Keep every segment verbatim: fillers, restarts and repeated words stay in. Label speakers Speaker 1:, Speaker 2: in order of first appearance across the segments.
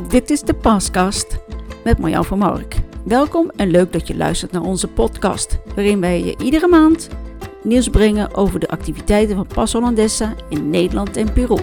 Speaker 1: Dit is de Pascast met Marjan van Mark. Welkom en leuk dat je luistert naar onze podcast, waarin wij je iedere maand nieuws brengen over de activiteiten van Paso Holandesa in Nederland en Peru.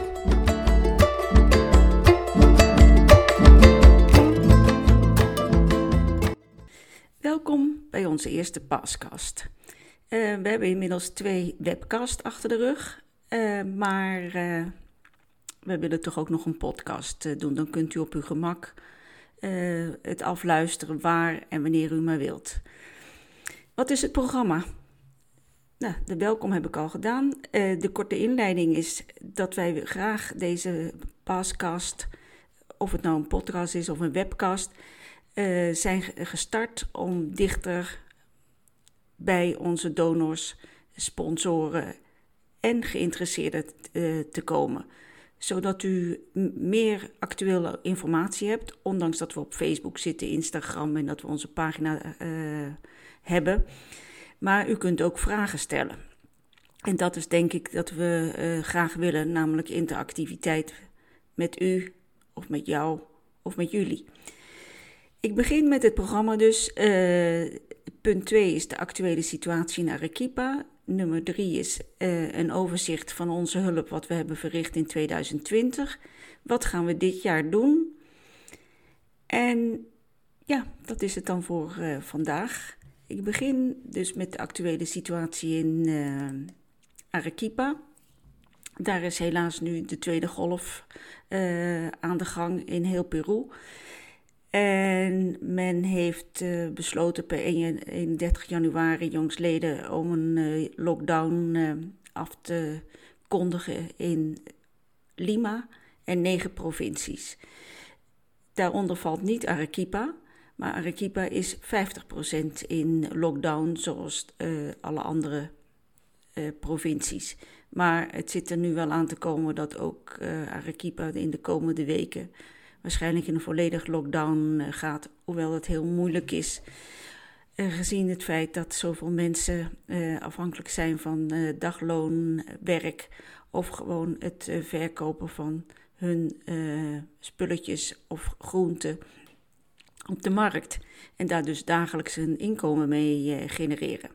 Speaker 1: Welkom bij onze eerste Pascast. Uh, we hebben inmiddels twee webcasts achter de rug, uh, maar uh, we willen toch ook nog een podcast uh, doen. Dan kunt u op uw gemak uh, het afluisteren waar en wanneer u maar wilt. Wat is het programma? Nou, de welkom heb ik al gedaan. Uh, de korte inleiding is dat wij graag deze Pascast, of het nou een podcast is of een webcast, uh, zijn gestart om dichter bij onze donors, sponsoren en geïnteresseerden uh, te komen. Zodat u m- meer actuele informatie hebt, ondanks dat we op Facebook zitten, Instagram en dat we onze pagina uh, hebben. Maar u kunt ook vragen stellen. En dat is denk ik dat we uh, graag willen, namelijk interactiviteit met u of met jou of met jullie. Ik begin met het programma dus. Uh, punt twee is de actuele situatie in Arequipa. Nummer drie is uh, een overzicht van onze hulp wat we hebben verricht in tweeduizend twintig. Wat gaan we dit jaar doen? En ja, dat is het dan voor uh, vandaag. Ik begin dus met de actuele situatie in uh, Arequipa. Daar is helaas nu de tweede golf uh, aan de gang in heel Peru. En men heeft uh, besloten per eenendertig januari jongstleden om een uh, lockdown uh, af te kondigen in Lima en negen provincies. Daaronder valt niet Arequipa, maar Arequipa is vijftig procent in lockdown zoals uh, alle andere uh, provincies. Maar het zit er nu wel aan te komen dat ook uh, Arequipa in de komende weken waarschijnlijk in een volledig lockdown gaat, hoewel het heel moeilijk is, uh, gezien het feit dat zoveel mensen uh, afhankelijk zijn van uh, dagloonwerk of gewoon het uh, verkopen van hun uh, spulletjes of groenten op de markt en daar dus dagelijks een inkomen mee uh, genereren.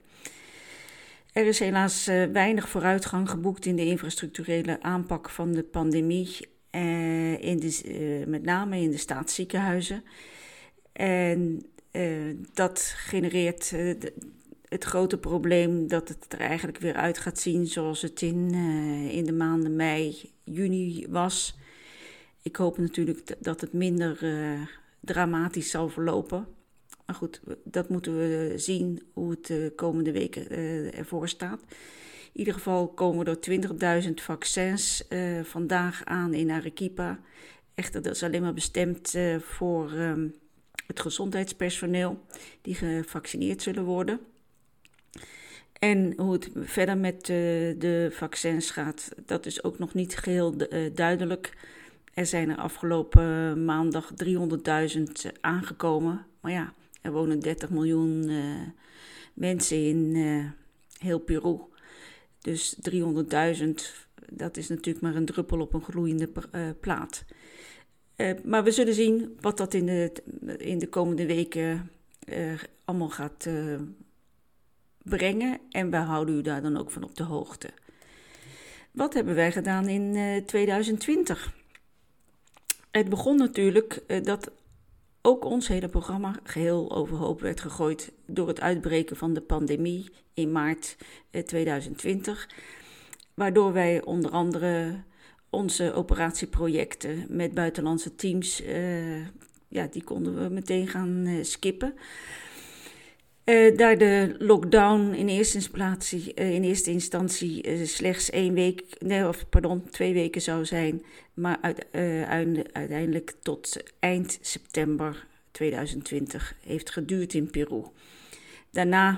Speaker 1: Er is helaas uh, weinig vooruitgang geboekt in de infrastructurele aanpak van de pandemie. Uh, in de, uh, met name in de staatsziekenhuizen. En uh, dat genereert uh, de, het grote probleem dat het er eigenlijk weer uit gaat zien zoals het in, uh, in de maanden mei, juni was. Ik hoop natuurlijk d- dat het minder uh, dramatisch zal verlopen. Maar goed, dat moeten we zien hoe het de komende weken uh, ervoor staat. In ieder geval komen er twintigduizend vaccins uh, vandaag aan in Arequipa. Echter, dat is alleen maar bestemd uh, voor um, het gezondheidspersoneel die gevaccineerd zullen worden. En hoe het verder met uh, de vaccins gaat, dat is ook nog niet geheel uh, duidelijk. Er zijn er afgelopen maandag driehonderdduizend aangekomen. Maar ja, er wonen dertig miljoen uh, mensen in uh, heel Peru. Dus driehonderdduizend, dat is natuurlijk maar een druppel op een gloeiende uh, plaat. Uh, maar we zullen zien wat dat in de, in de komende weken uh, allemaal gaat uh, brengen. En wij houden u daar dan ook van op de hoogte. Wat hebben wij gedaan in uh, tweeduizend twintig? Het begon natuurlijk uh, dat ook ons hele programma geheel overhoop werd gegooid door het uitbreken van de pandemie in maart tweeduizend twintig. Waardoor wij onder andere onze operatieprojecten met buitenlandse teams, uh, ja, die konden we meteen gaan uh, skippen. Uh, daar de lockdown in eerste instantie, uh, in eerste instantie uh, slechts één week, nee, of pardon, twee weken zou zijn, maar uit, uh, uiteindelijk tot eind september tweeduizend twintig heeft geduurd in Peru. Daarna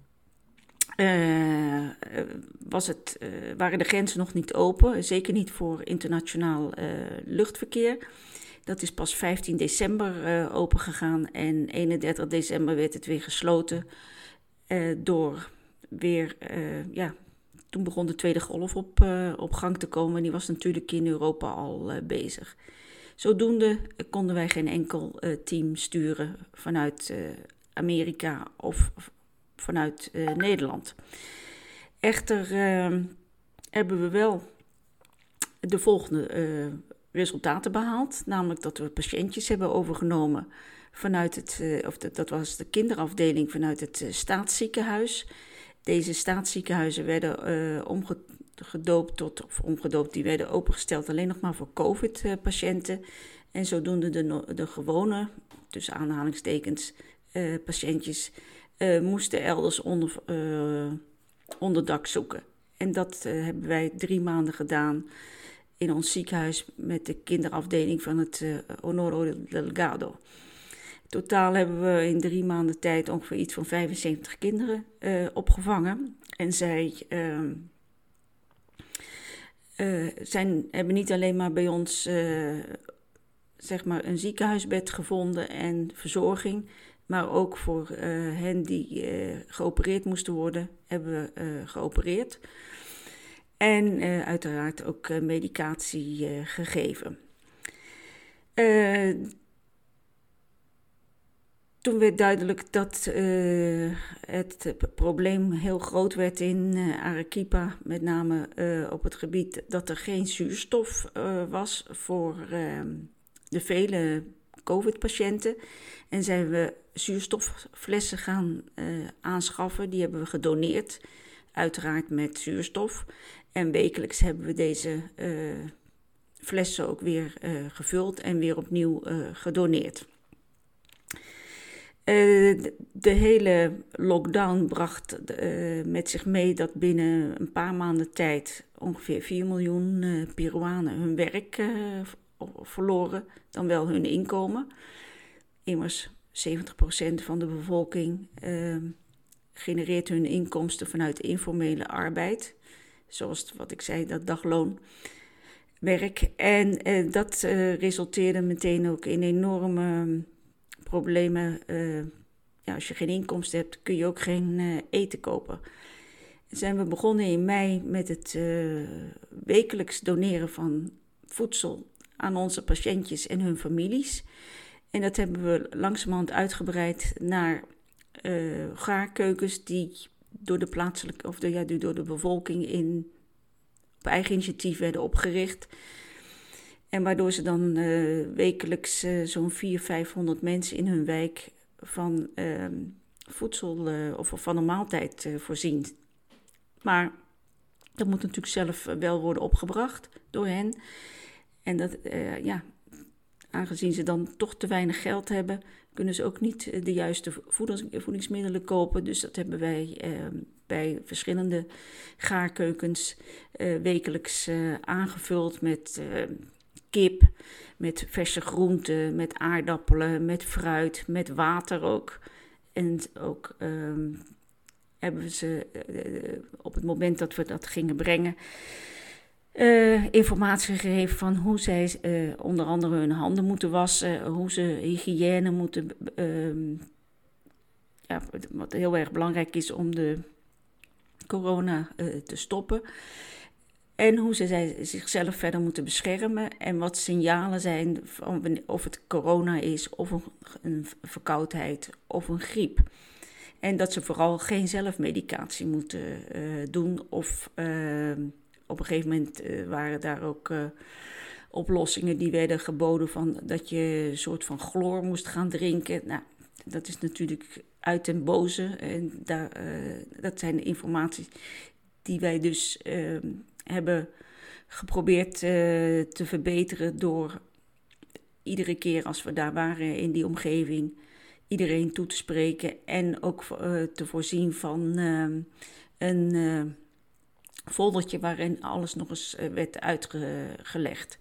Speaker 1: uh, was het, uh, waren de grenzen nog niet open, zeker niet voor internationaal uh, luchtverkeer. Dat is pas vijftien december uh, opengegaan en eenendertig december werd het weer gesloten uh, door weer, uh, ja, toen begon de tweede golf op, uh, op gang te komen en die was natuurlijk in Europa al uh, bezig. Zodoende konden wij geen enkel uh, team sturen vanuit uh, Amerika of vanuit uh, Nederland. Echter uh, hebben we wel de volgende uh, resultaten behaald. Namelijk dat we patiëntjes hebben overgenomen vanuit het, uh, of de, dat was de kinderafdeling vanuit het uh, staatsziekenhuis. Deze staatsziekenhuizen werden uh, omgedoopt tot, of omgedoopt, die werden opengesteld alleen nog maar voor COVID-patiënten. En zodoende de, de gewone, tussen aanhalingstekens, uh, patiëntjes uh, moesten elders onder, uh, onderdak zoeken. En dat uh, hebben wij drie maanden gedaan in ons ziekenhuis met de kinderafdeling van het uh, Honorio Delgado. Totaal hebben we in drie maanden tijd ongeveer iets van vijfenzeventig kinderen uh, opgevangen. En zij uh, uh, zijn, hebben niet alleen maar bij ons uh, zeg maar een ziekenhuisbed gevonden en verzorging, maar ook voor uh, hen die uh, geopereerd moesten worden, hebben we uh, geopereerd. En uh, uiteraard ook uh, medicatie uh, gegeven. Uh, Toen werd duidelijk dat uh, het probleem heel groot werd in uh, Arequipa, met name uh, op het gebied dat er geen zuurstof uh, was voor uh, de vele COVID-patiënten. En zijn we zuurstofflessen gaan uh, aanschaffen, die hebben we gedoneerd, uiteraard met zuurstof. En wekelijks hebben we deze uh, flessen ook weer uh, gevuld en weer opnieuw uh, gedoneerd. Uh, de, de hele lockdown bracht uh, met zich mee dat binnen een paar maanden tijd ongeveer vier miljoen uh, Peruanen hun werk uh, verloren, dan wel hun inkomen. Immers zeventig procent van de bevolking uh, genereert hun inkomsten vanuit informele arbeid, zoals wat ik zei, dat dagloonwerk. En uh, dat uh, resulteerde meteen ook in enorme Uh, problemen. Uh, ja, als je geen inkomsten hebt, kun je ook geen uh, eten kopen. En zijn we begonnen in mei met het uh, wekelijks doneren van voedsel aan onze patiëntjes en hun families. En dat hebben we langzamerhand uitgebreid naar uh, gaarkeukens die door de plaatselijke of de, ja, die door de bevolking in op eigen initiatief werden opgericht. En waardoor ze dan uh, wekelijks uh, zo'n vierhonderd, vijfhonderd mensen in hun wijk van uh, voedsel uh, of van een maaltijd uh, voorzien. Maar dat moet natuurlijk zelf wel worden opgebracht door hen. En dat, uh, ja, aangezien ze dan toch te weinig geld hebben, kunnen ze ook niet de juiste voedings, voedingsmiddelen kopen. Dus dat hebben wij uh, bij verschillende gaarkeukens uh, wekelijks uh, aangevuld met Uh, kip, met verse groenten, met aardappelen, met fruit, met water ook. En ook um, hebben we ze uh, op het moment dat we dat gingen brengen uh, informatie gegeven van hoe zij uh, onder andere hun handen moeten wassen, hoe ze hygiëne moeten, uh, ja, wat heel erg belangrijk is om de corona uh, te stoppen. En hoe ze zichzelf verder moeten beschermen en wat signalen zijn van of het corona is of een, een verkoudheid of een griep. En dat ze vooral geen zelfmedicatie moeten uh, doen of uh, op een gegeven moment uh, waren daar ook uh, oplossingen die werden geboden van dat je een soort van chloor moest gaan drinken. Nou, dat is natuurlijk uit den boze en daar, uh, dat zijn de informaties die wij dus Uh, hebben geprobeerd uh, te verbeteren door iedere keer als we daar waren in die omgeving iedereen toe te spreken en ook uh, te voorzien van uh, een uh, foldertje waarin alles nog eens uh, werd uitgelegd.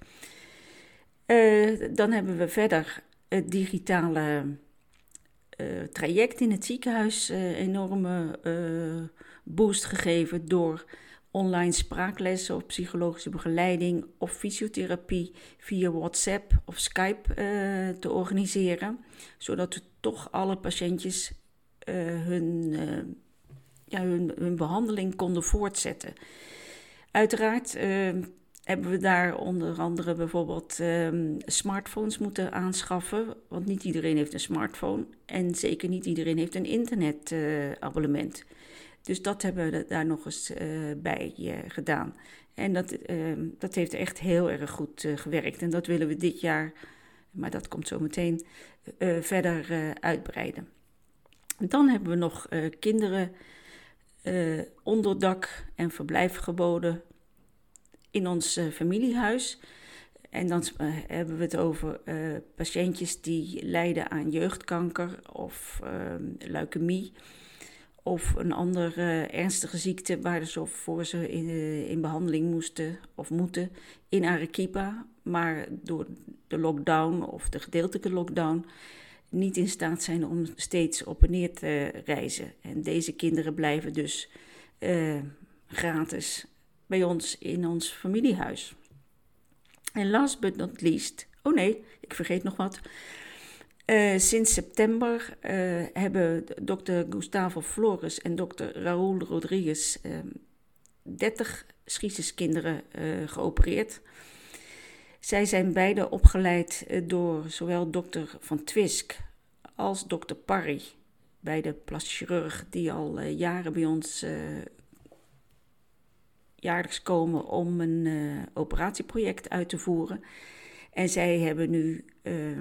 Speaker 1: Uh, dan hebben we verder het digitale uh, traject in het ziekenhuis uh, enorme uh, boost gegeven door online spraaklessen of psychologische begeleiding of fysiotherapie via WhatsApp of Skype uh, te organiseren. Zodat we toch alle patiëntjes uh, hun, uh, ja, hun, hun behandeling konden voortzetten. Uiteraard uh, hebben we daar onder andere bijvoorbeeld um, smartphones moeten aanschaffen. Want niet iedereen heeft een smartphone en zeker niet iedereen heeft een internetabonnement. Uh, dus dat hebben we daar nog eens uh, bij uh, gedaan. En dat, uh, dat heeft echt heel erg goed uh, gewerkt. En dat willen we dit jaar, maar dat komt zo meteen, uh, verder uh, uitbreiden. Dan hebben we nog uh, kinderen uh, onderdak en verblijf geboden in ons uh, familiehuis. En dan uh, hebben we het over uh, patiëntjes die lijden aan jeugdkanker of uh, leukemie of een andere uh, ernstige ziekte waar ze voor ze in, uh, in behandeling moesten of moeten in Arequipa, maar door de lockdown of de gedeeltelijke lockdown niet in staat zijn om steeds op en neer te reizen. En deze kinderen blijven dus uh, gratis bij ons in ons familiehuis. En last but not least, oh nee, ik vergeet nog wat. Uh, sinds september uh, hebben dokter Gustavo Flores en dokter Raúl Rodriguez uh, dertig schizeskinderen uh, geopereerd. Zij zijn beide opgeleid uh, door zowel dokter Van Twisk als dokter Parry, beide plastisch chirurg die al uh, jaren bij ons uh, jaarlijks komen om een uh, operatieproject uit te voeren. En zij hebben nu, uh,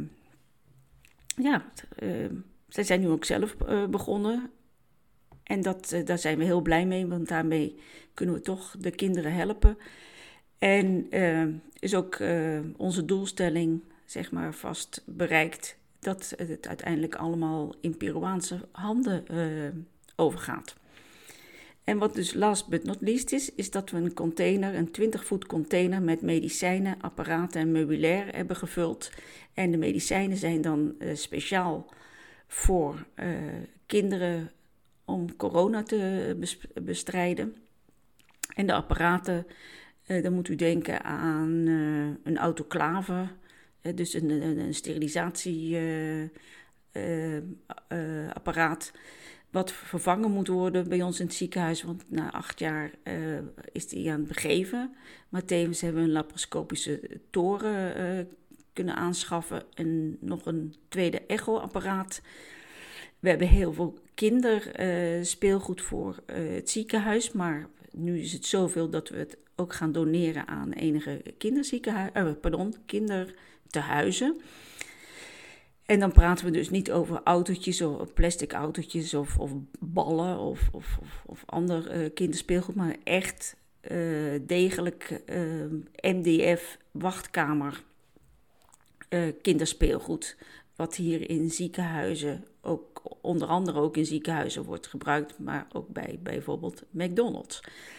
Speaker 1: ja, uh, zij zijn nu ook zelf uh, begonnen. En dat, uh, daar zijn we heel blij mee, want daarmee kunnen we toch de kinderen helpen. En uh, is ook uh, onze doelstelling, zeg maar, vast bereikt, dat het uiteindelijk allemaal in Peruaanse handen uh, overgaat. En wat dus last but not least is, is dat we een container, een twintig voet container met medicijnen, apparaten en meubilair hebben gevuld. En de medicijnen zijn dan uh, speciaal voor uh, kinderen om corona te bestrijden. En de apparaten, uh, dan moet u denken aan uh, een autoclave, uh, dus een, een, een sterilisatieapparaat. Uh, uh, uh, wat vervangen moet worden bij ons in het ziekenhuis, want na acht jaar uh, is die aan het begeven. Maar tevens hebben we een laparoscopische toren uh, kunnen aanschaffen en nog een tweede echo-apparaat. We hebben heel veel kinderspeelgoed uh, voor uh, het ziekenhuis, maar nu is het zoveel dat we het ook gaan doneren aan enige kinderziekenhuizen, uh, pardon, kindertehuizen. En dan praten we dus niet over autootjes of plastic autootjes of, of ballen of, of, of, of ander uh, kinderspeelgoed, maar echt uh, degelijk uh, M D F wachtkamer uh, kinderspeelgoed. Wat hier in ziekenhuizen, ook, onder andere ook in ziekenhuizen wordt gebruikt, maar ook bij bijvoorbeeld McDonald's.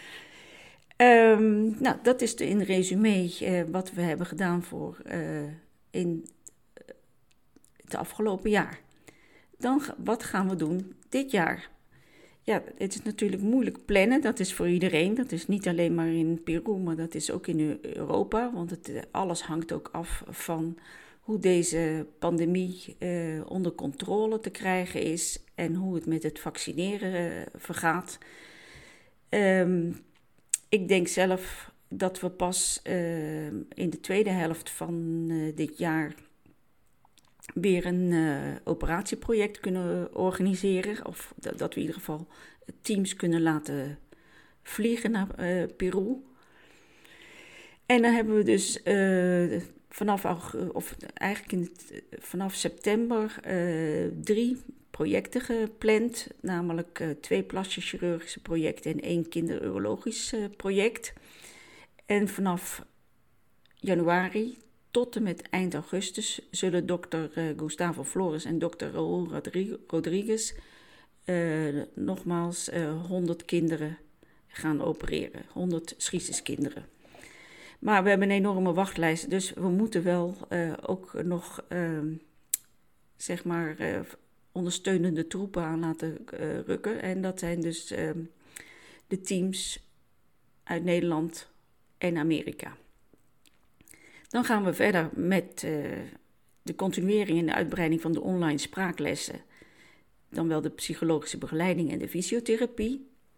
Speaker 1: Um, nou, dat is de, in resume uh, wat we hebben gedaan voor uh, in het afgelopen jaar. Dan, wat gaan we doen dit jaar? Ja, het is natuurlijk moeilijk plannen. Dat is voor iedereen. Dat is niet alleen maar in Peru, maar dat is ook in Europa. Want het, alles hangt ook af van hoe deze pandemie uh, onder controle te krijgen is en hoe het met het vaccineren uh, vergaat. Um, ik denk zelf dat we pas uh, in de tweede helft van uh, dit jaar weer een uh, operatieproject kunnen organiseren. Of dat, dat we in ieder geval teams kunnen laten vliegen naar uh, Peru. En dan hebben we dus uh, vanaf, of eigenlijk in het, vanaf september uh, drie projecten gepland. Namelijk uh, twee plastisch chirurgische projecten en één kinderurologisch uh, project. En vanaf januari tot en met eind augustus zullen dokter uh, Gustavo Flores en dokter Raúl Rodriguez uh, nogmaals uh, honderd kinderen gaan opereren. honderd schizeskinderen. Maar we hebben een enorme wachtlijst, dus we moeten wel uh, ook nog uh, zeg maar uh, ondersteunende troepen aan laten uh, rukken. En dat zijn dus uh, de teams uit Nederland en Amerika. Dan gaan we verder met uh, de continuering en de uitbreiding van de online spraaklessen. Dan wel de psychologische begeleiding en de fysiotherapie.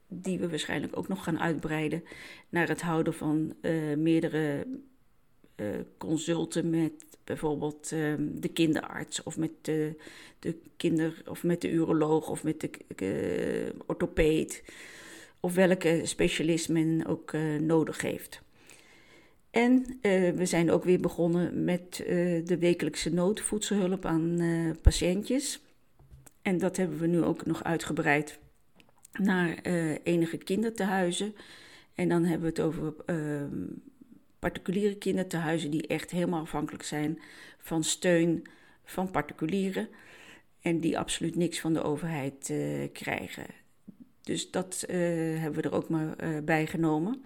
Speaker 1: die we waarschijnlijk ook nog gaan uitbreiden naar het houden van uh, meerdere uh, consulten met bijvoorbeeld uh, de kinderarts of met de, de kinder of met de uroloog of met de uh, orthopeed of welke specialist men ook uh, nodig heeft. En uh, we zijn ook weer begonnen met uh, de wekelijkse noodvoedselhulp aan uh, patiëntjes. En dat hebben we nu ook nog uitgebreid naar uh, enige kindertehuizen. En dan hebben we het over uh, particuliere kindertehuizen die echt helemaal afhankelijk zijn van steun van particulieren. En die absoluut niks van de overheid uh, krijgen. Dus dat uh, hebben we er ook maar uh, bij genomen.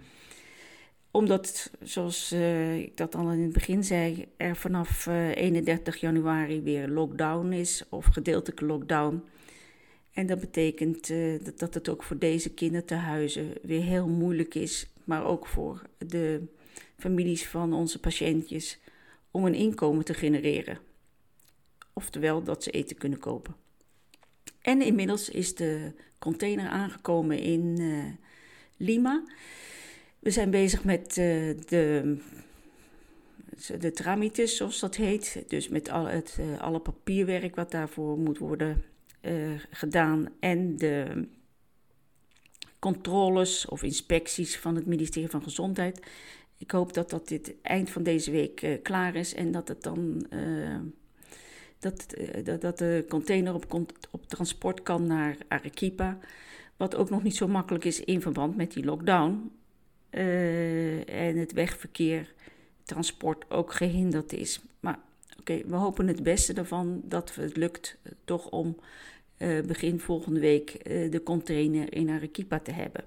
Speaker 1: Omdat, zoals uh, ik dat al in het begin zei, er vanaf uh, eenendertig januari weer lockdown is of gedeeltelijke lockdown. En dat betekent uh, dat, dat het ook voor deze kindertehuizen weer heel moeilijk is, maar ook voor de families van onze patiëntjes, om een inkomen te genereren. Oftewel dat ze eten kunnen kopen. En inmiddels is de container aangekomen in uh, Lima. We zijn bezig met uh, de, de tramites, zoals dat heet. Dus met al het, uh, alle papierwerk wat daarvoor moet worden uh, gedaan. En de controles of inspecties van het ministerie van Gezondheid. Ik hoop dat dat dit eind van deze week uh, klaar is. En dat het dan uh, dat, uh, dat, dat de container op, op transport kan naar Arequipa. Wat ook nog niet zo makkelijk is in verband met die lockdown. Uh, en het wegverkeer, transport ook gehinderd is. Maar oké, okay, we hopen het beste ervan dat het lukt uh, toch om uh, begin volgende week uh, de container in Arequipa te hebben.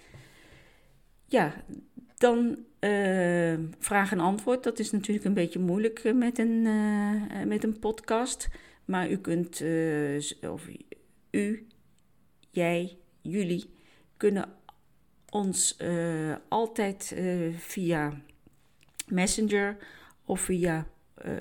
Speaker 1: Ja, dan uh, vraag en antwoord. Dat is natuurlijk een beetje moeilijk uh, met, een, uh, met een podcast. Maar u kunt, uh, of u, jij, jullie kunnen ons uh, altijd uh, via Messenger of via uh,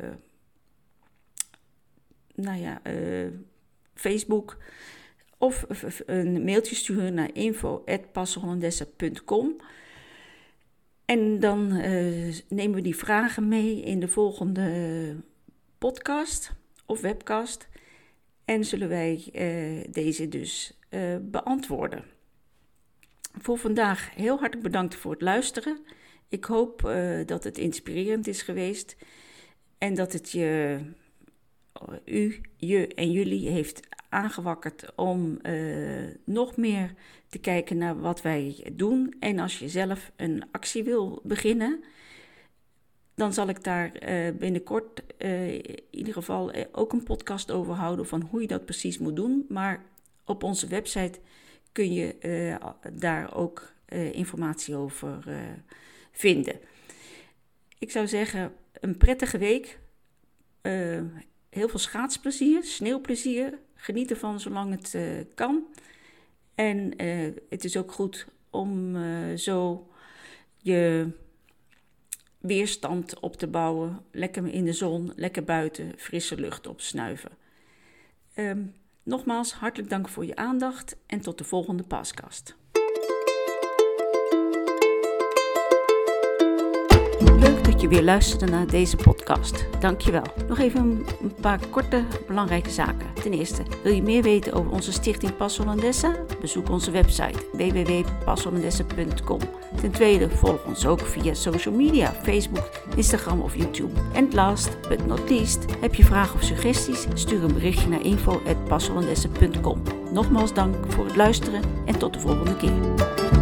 Speaker 1: nou ja, uh, Facebook of een mailtje sturen naar info at passelhollandessa punt com. En dan uh, nemen we die vragen mee in de volgende podcast of webcast en zullen wij uh, deze dus uh, beantwoorden. Voor vandaag heel hartelijk bedankt voor het luisteren. Ik hoop uh, dat het inspirerend is geweest en dat het je, u, je en jullie heeft aangewakkerd om uh, nog meer te kijken naar wat wij doen. En als je zelf een actie wil beginnen, dan zal ik daar uh, binnenkort uh, in ieder geval ook een podcast over houden van hoe je dat precies moet doen. Maar op onze website kun je uh, daar ook uh, informatie over uh, vinden. Ik zou zeggen, een prettige week. Uh, heel veel schaatsplezier, sneeuwplezier. Geniet ervan zolang het uh, kan. En uh, het is ook goed om uh, zo je weerstand op te bouwen. Lekker in de zon, lekker buiten, frisse lucht opsnuiven. Um, Nogmaals, hartelijk dank voor je aandacht en tot de volgende podcast. Leuk dat je weer luisterde naar deze podcast. Dankjewel. Nog even een paar korte belangrijke zaken. Ten eerste, wil je meer weten over onze stichting Passo Hollandessa? Bezoek onze website w w w punt passo hollandessa punt com. Ten tweede, volg ons ook via social media, Facebook, Instagram of YouTube. En last but not least, heb je vragen of suggesties? Stuur een berichtje naar info at passo hollandessa punt com. Nogmaals dank voor het luisteren en tot de volgende keer.